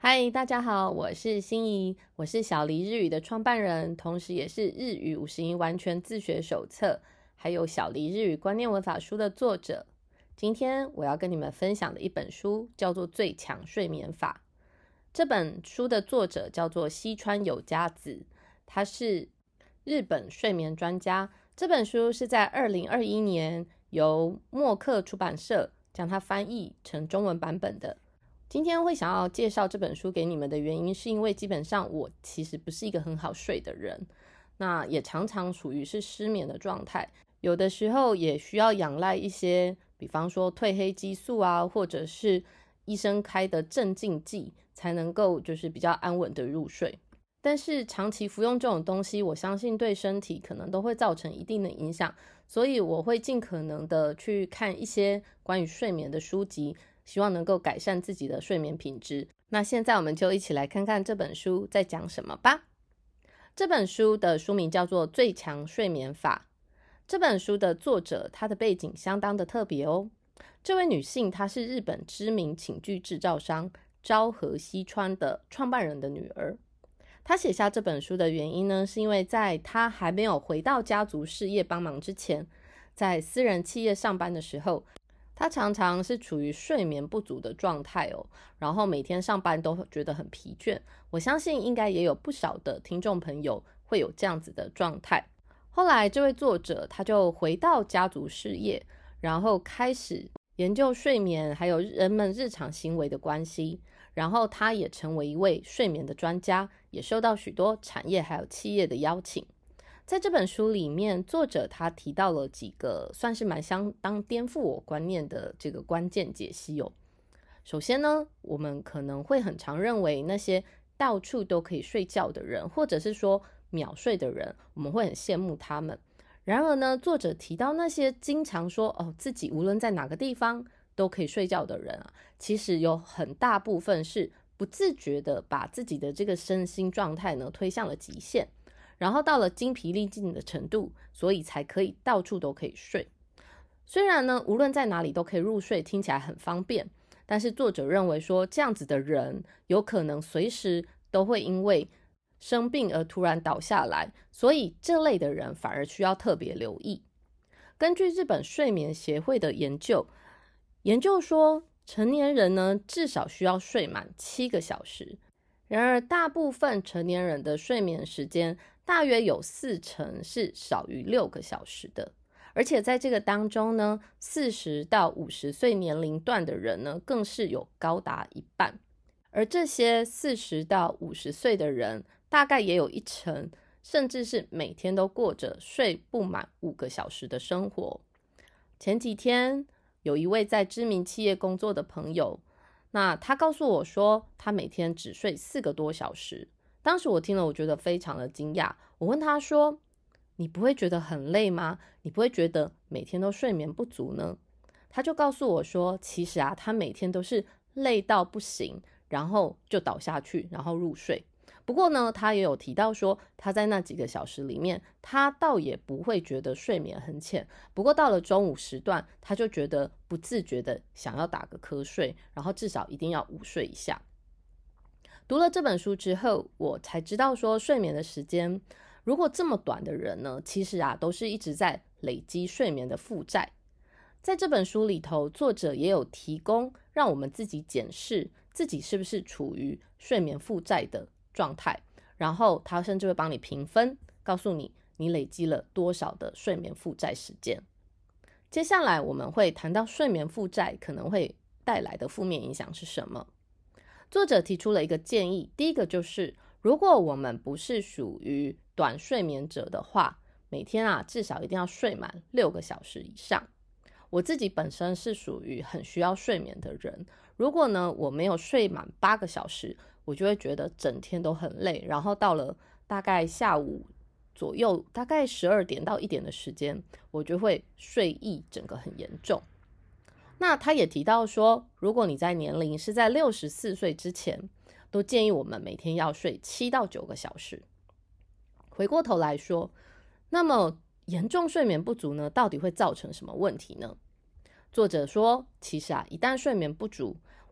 嗨，大家好，我是心怡，我是小黎日语的创办人，同时也是日语50音完全自学手册，还有小黎日语观念文法书的作者。今天我要跟你们分享的一本书叫做《最强睡眠法》。这本书的作者叫做西川友佳子，他是日本睡眠专家。这本书是在2021年由默克出版社将它翻译成中文版本的。今天会想要介绍这本书给你们的原因，是因为基本上我其实不是一个很好睡的人，那也常常处于是失眠的状态，有的时候也需要仰赖一些，比方说褪黑激素啊，或者是医生开的镇静剂，才能够就是比较安稳的入睡。但是长期服用这种东西，我相信对身体可能都会造成一定的影响，所以我会尽可能的去看一些关于睡眠的书籍，希望能够改善自己的睡眠品质。那现在我们就一起来看看这本书在讲什么吧。这本书的书名叫做《最强睡眠法》。这本书的作者，她的背景相当的特别哦。这位女性她是日本知名寝具制造商昭和西川的创办人的女儿。她写下这本书的原因呢，是因为在她还没有回到家族事业帮忙之前，在私人企业上班的时候，她常常是处于睡眠不足的状态哦，然后每天上班都觉得很疲倦。我相信应该也有不少的听众朋友会有这样子的状态。后来这位作者他就回到家族事业，然后开始研究睡眠还有人们日常行为的关系，然后他也成为一位睡眠的专家，也受到许多产业还有企业的邀请。在这本书里面，作者他提到了几个算是蛮相当颠覆我观念的这个关键解析哦。首先呢，我们可能会很常认为那些到处都可以睡觉的人，或者是说秒睡的人，我们会很羡慕他们。然而呢，作者提到那些经常说自己无论在哪个地方都可以睡觉的人啊，其实有很大部分是不自觉的把自己的这个身心状态呢推向了极限，然后到了精疲力尽的程度，所以才可以到处都可以睡。虽然呢，无论在哪里都可以入睡，听起来很方便，但是作者认为说，这样子的人有可能随时都会因为生病而突然倒下来，所以这类的人反而需要特别留意。根据日本睡眠协会的研究说，成年人呢至少需要睡满7个小时。然而大部分成年人的睡眠时间大约有40%是少于6个小时的。而且在这个当中呢，40到50岁年龄段的人呢，更是有高达一半。而这些40到50岁的人，大概也有1成，甚至是每天都过着睡不满5个小时的生活。前几天，有一位在知名企业工作的朋友，那他告诉我说，他每天只睡4个多小时。当时我听了，我觉得非常的惊讶。我问他说，你不会觉得很累吗？你不会觉得每天都睡眠不足呢？他就告诉我说，其实啊，他每天都是累到不行，然后就倒下去，然后入睡。不过呢，他也有提到说，他在那几个小时里面，他倒也不会觉得睡眠很浅。不过到了中午时段，他就觉得不自觉的想要打个瞌睡，然后至少一定要午睡一下。读了这本书之后，我才知道说，睡眠的时间如果这么短的人呢，其实啊，都是一直在累积睡眠的负债。在这本书里头，作者也有提供让我们自己检视自己是不是处于睡眠负债的状态，然后他甚至会帮你评分，告诉你你累积了多少的睡眠负债时间。接下来我们会谈到睡眠负债可能会带来的负面影响是什么。作者提出了一个建议，第一个就是如果我们不是属于短睡眠者的话，每天啊至少一定要睡满6个小时以上。我自己本身是属于很需要睡眠的人，如果呢我没有睡满8个小时，我就会觉得整天都很累，然后到了大概下午左右，大概12点到1点的时间，我就会睡意整个很严重。那他也提到说，如果你在年龄是在64岁之前，都建议我们每天要睡7到9个小时。回过头来说，那么严重睡眠不足呢，到底会造成什么问题呢？作者说，其实啊，一旦睡眠不足，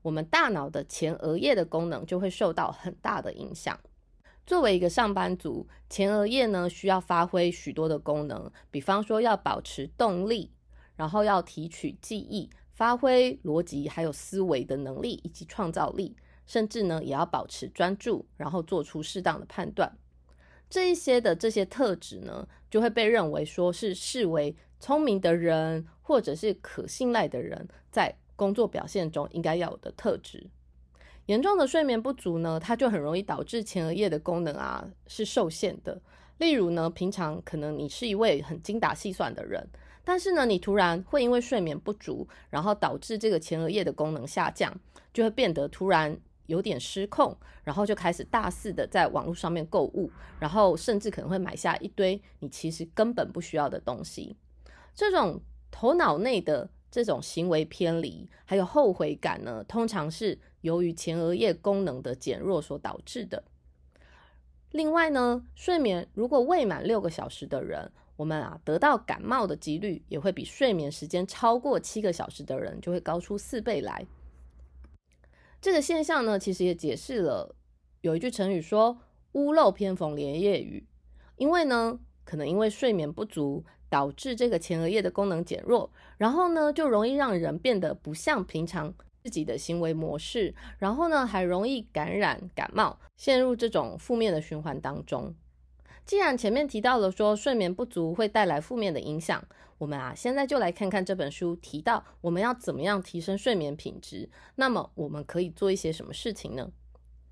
我们大脑的前额叶的功能就会受到很大的影响。作为一个上班族，前额叶呢需要发挥许多的功能，比方说要保持动力，然后要提取记忆，发挥逻辑还有思维的能力以及创造力，甚至呢也要保持专注，然后做出适当的判断。这些特质呢，就会被认为说是视为聪明的人或者是可信赖的人在工作表现中应该要有的特质。严重的睡眠不足呢，它就很容易导致前额叶的功能是受限的。例如呢，平常可能你是一位很精打细算的人，但是呢，你突然会因为睡眠不足，然后导致这个前额叶的功能下降，就会变得突然有点失控，然后就开始大肆的在网络上面购物，然后甚至可能会买下一堆你其实根本不需要的东西。这种头脑内的这种行为偏离还有后悔感呢，通常是由于前额叶功能的减弱所导致的。另外呢，睡眠如果未满6个小时的人，我们得到感冒的几率也会比睡眠时间超过7个小时的人就会高出4倍来。这个现象呢，其实也解释了有一句成语说屋漏偏逢连夜雨，因为睡眠不足导致这个前额叶的功能减弱，然后呢就容易让人变得不像平常自己的行为模式，然后呢还容易感染感冒，陷入这种负面的循环当中。既然前面提到了说睡眠不足会带来负面的影响，我们现在就来看看这本书提到我们要怎么样提升睡眠品质，那么我们可以做一些什么事情呢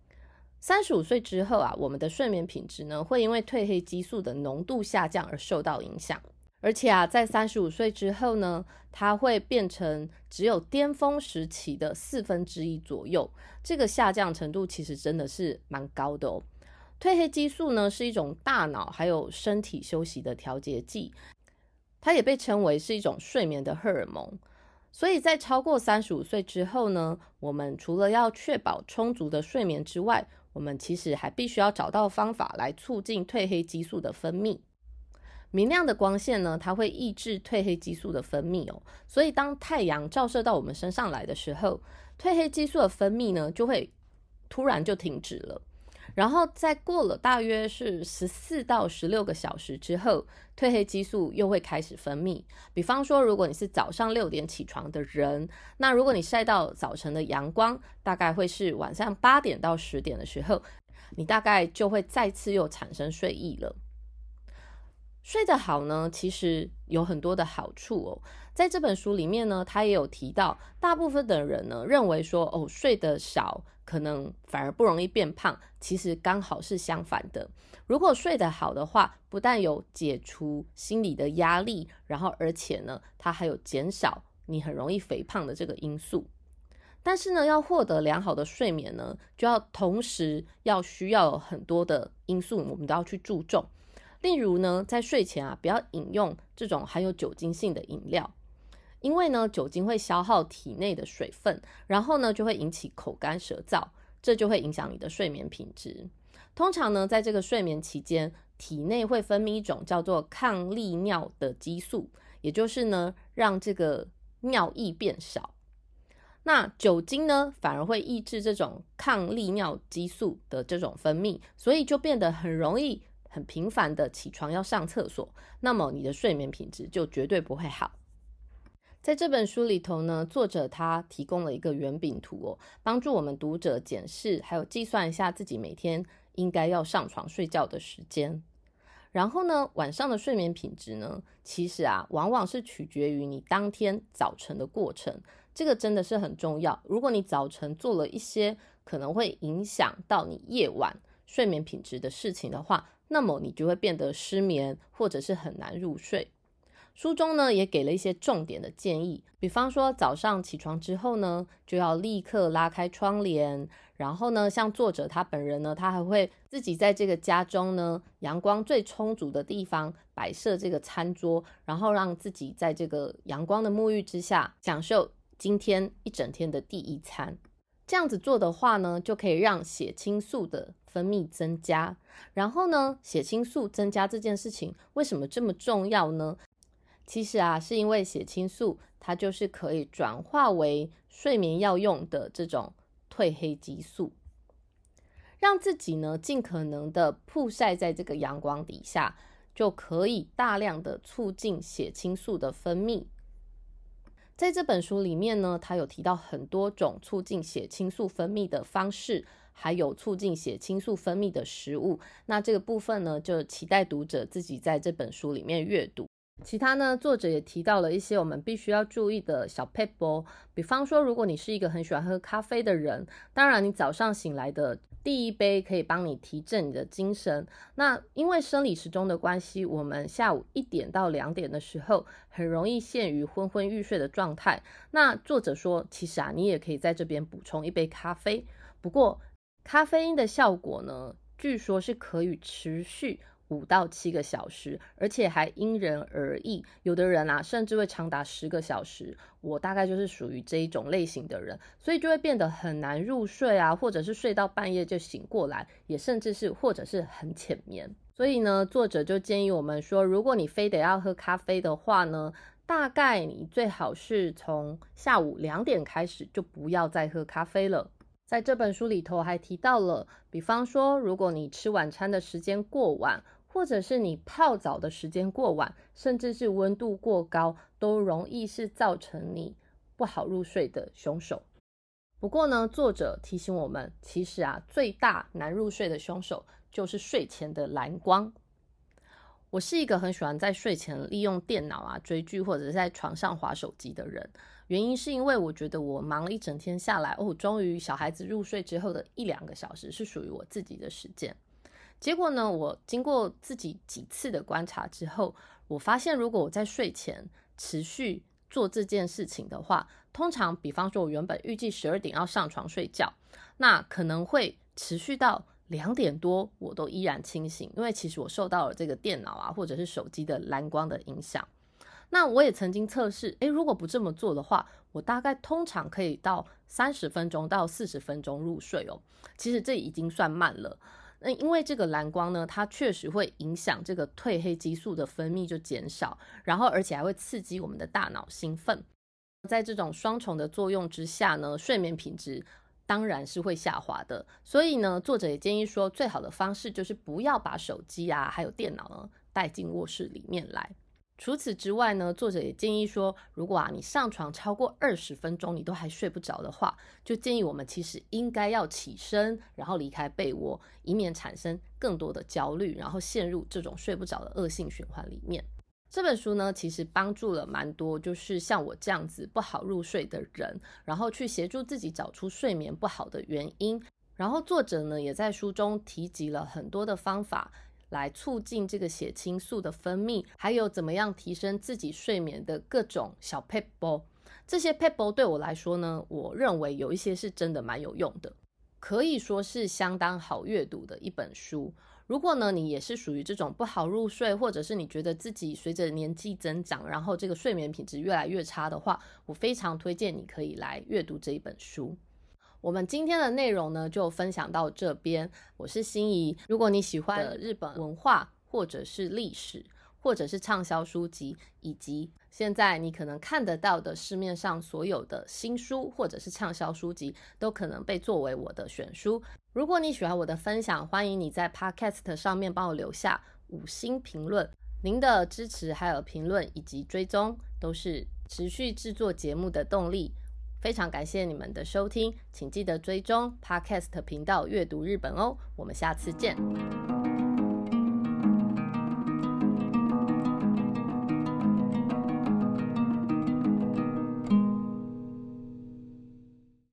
？35岁之后我们的睡眠品质呢会因为褪黑激素的浓度下降而受到影响，而且在35岁之后呢，它会变成只有巅峰时期的1/4左右，这个下降程度其实真的是蛮高的哦。褪黑激素呢是一种大脑还有身体休息的调节剂，它也被称为是一种睡眠的荷尔蒙。所以在超过35岁之后呢，我们除了要确保充足的睡眠之外，我们其实还必须要找到方法来促进褪黑激素的分泌。明亮的光线呢，它会抑制褪黑激素的分泌哦，所以当太阳照射到我们身上来的时候，褪黑激素的分泌呢就会突然就停止了。然后在过了大约是14到16个小时之后，褪黑激素又会开始分泌。比方说，如果你是早上6点起床的人，那如果你晒到早晨的阳光，大概会是晚上8点到10点的时候，你大概就会再次又产生睡意了。睡得好呢，其实有很多的好处哦。在这本书里面呢，他也有提到，大部分的人呢认为说，睡得少可能反而不容易变胖，其实刚好是相反的。如果睡得好的话，不但有解除心理的压力，然后而且呢，它还有减少你很容易肥胖的这个因素。但是呢，要获得良好的睡眠呢，就要同时需要有很多的因素，我们都要去注重。例如呢，在睡前不要饮用这种含有酒精性的饮料，因为呢，酒精会消耗体内的水分，然后呢，就会引起口干舌燥，这就会影响你的睡眠品质。通常呢，在这个睡眠期间，体内会分泌一种叫做抗利尿的激素，也就是呢，让这个尿液变少。那酒精呢，反而会抑制这种抗利尿激素的这种分泌，所以就变得很容易很频繁的起床要上厕所，那么你的睡眠品质就绝对不会好。在这本书里头呢，作者他提供了一个圆饼图帮助我们读者检视还有计算一下自己每天应该要上床睡觉的时间。然后呢，晚上的睡眠品质呢，其实往往是取决于你当天早晨的过程，这个真的是很重要。如果你早晨做了一些可能会影响到你夜晚睡眠品质的事情的话，那么你就会变得失眠，或者是很难入睡。书中呢也给了一些重点的建议，比方说早上起床之后呢，就要立刻拉开窗帘，然后呢，像作者他本人呢，他还会自己在这个家中呢，阳光最充足的地方摆设这个餐桌，然后让自己在这个阳光的沐浴之下，享受今天一整天的第一餐。这样子做的话呢，就可以让血清素的分泌增加。然后呢，血清素增加这件事情为什么这么重要呢？其实是因为血清素它就是可以转化为睡眠要用的这种褪黑激素，让自己呢尽可能的曝晒在这个阳光底下，就可以大量的促进血清素的分泌。在这本书里面呢，它有提到很多种促进血清素分泌的方式，还有促进血清素分泌的食物。那这个部分呢，就期待读者自己在这本书里面阅读。其他呢，作者也提到了一些我们必须要注意的小撇步，比方说，如果你是一个很喜欢喝咖啡的人，当然你早上醒来的第一杯可以帮你提振你的精神。那因为生理时钟的关系，我们下午1点到2点的时候很容易陷于昏昏欲睡的状态。那作者说，其实你也可以在这边补充一杯咖啡。不过咖啡因的效果呢，据说是可以持续5到7个小时，而且还因人而异。有的人甚至会长达10个小时。我大概就是属于这一种类型的人，所以就会变得很难入睡或者是睡到半夜就醒过来，也甚至是或者是很浅眠。所以呢，作者就建议我们说，如果你非得要喝咖啡的话呢，大概你最好是从下午2点开始就不要再喝咖啡了。在这本书里头还提到了，比方说如果你吃晚餐的时间过晚，或者是你泡澡的时间过晚，甚至是温度过高，都容易是造成你不好入睡的凶手。不过呢，作者提醒我们，其实最大难入睡的凶手就是睡前的蓝光。我是一个很喜欢在睡前利用电脑追剧，或者是在床上滑手机的人。原因是因为我觉得我忙了一整天下来，终于小孩子入睡之后的1-2个小时是属于我自己的时间。结果呢，我经过自己几次的观察之后，我发现如果我在睡前持续做这件事情的话，通常比方说我原本预计12点要上床睡觉，那可能会持续到2点多我都依然清醒，因为其实我受到了这个电脑或者是手机的蓝光的影响。那我也曾经测试，如果不这么做的话，我大概通常可以到30分钟到40分钟入睡其实这已经算慢了。因为这个蓝光呢，它确实会影响这个褪黑激素的分泌就减少，然后而且还会刺激我们的大脑兴奋。在这种双重的作用之下呢，睡眠品质当然是会下滑的。所以呢，作者也建议说，最好的方式就是不要把手机还有电脑呢带进卧室里面来。除此之外呢，作者也建议说，如果你上床超过20分钟你都还睡不着的话，就建议我们其实应该要起身，然后离开被窝，以免产生更多的焦虑，然后陷入这种睡不着的恶性循环里面。这本书呢，其实帮助了蛮多就是像我这样子不好入睡的人，然后去协助自己找出睡眠不好的原因。然后作者呢，也在书中提及了很多的方法来促进这个血清素的分泌，还有怎么样提升自己睡眠的各种小撇步。这些撇步对我来说呢，我认为有一些是真的蛮有用的，可以说是相当好阅读的一本书。如果呢你也是属于这种不好入睡，或者是你觉得自己随着年纪增长，然后这个睡眠品质越来越差的话，我非常推荐你可以来阅读这一本书。我们今天的内容呢就分享到这边，我是心怡。如果你喜欢日本文化或者是历史，或者是畅销书籍，以及现在你可能看得到的市面上所有的新书或者是畅销书籍，都可能被作为我的选书。如果你喜欢我的分享，欢迎你在 Podcast 上面帮我留下5星评论。您的支持还有评论以及追踪都是持续制作节目的动力，非常感谢你们的收听，请记得追踪 Podcast 频道阅读日本哦，我们下次见。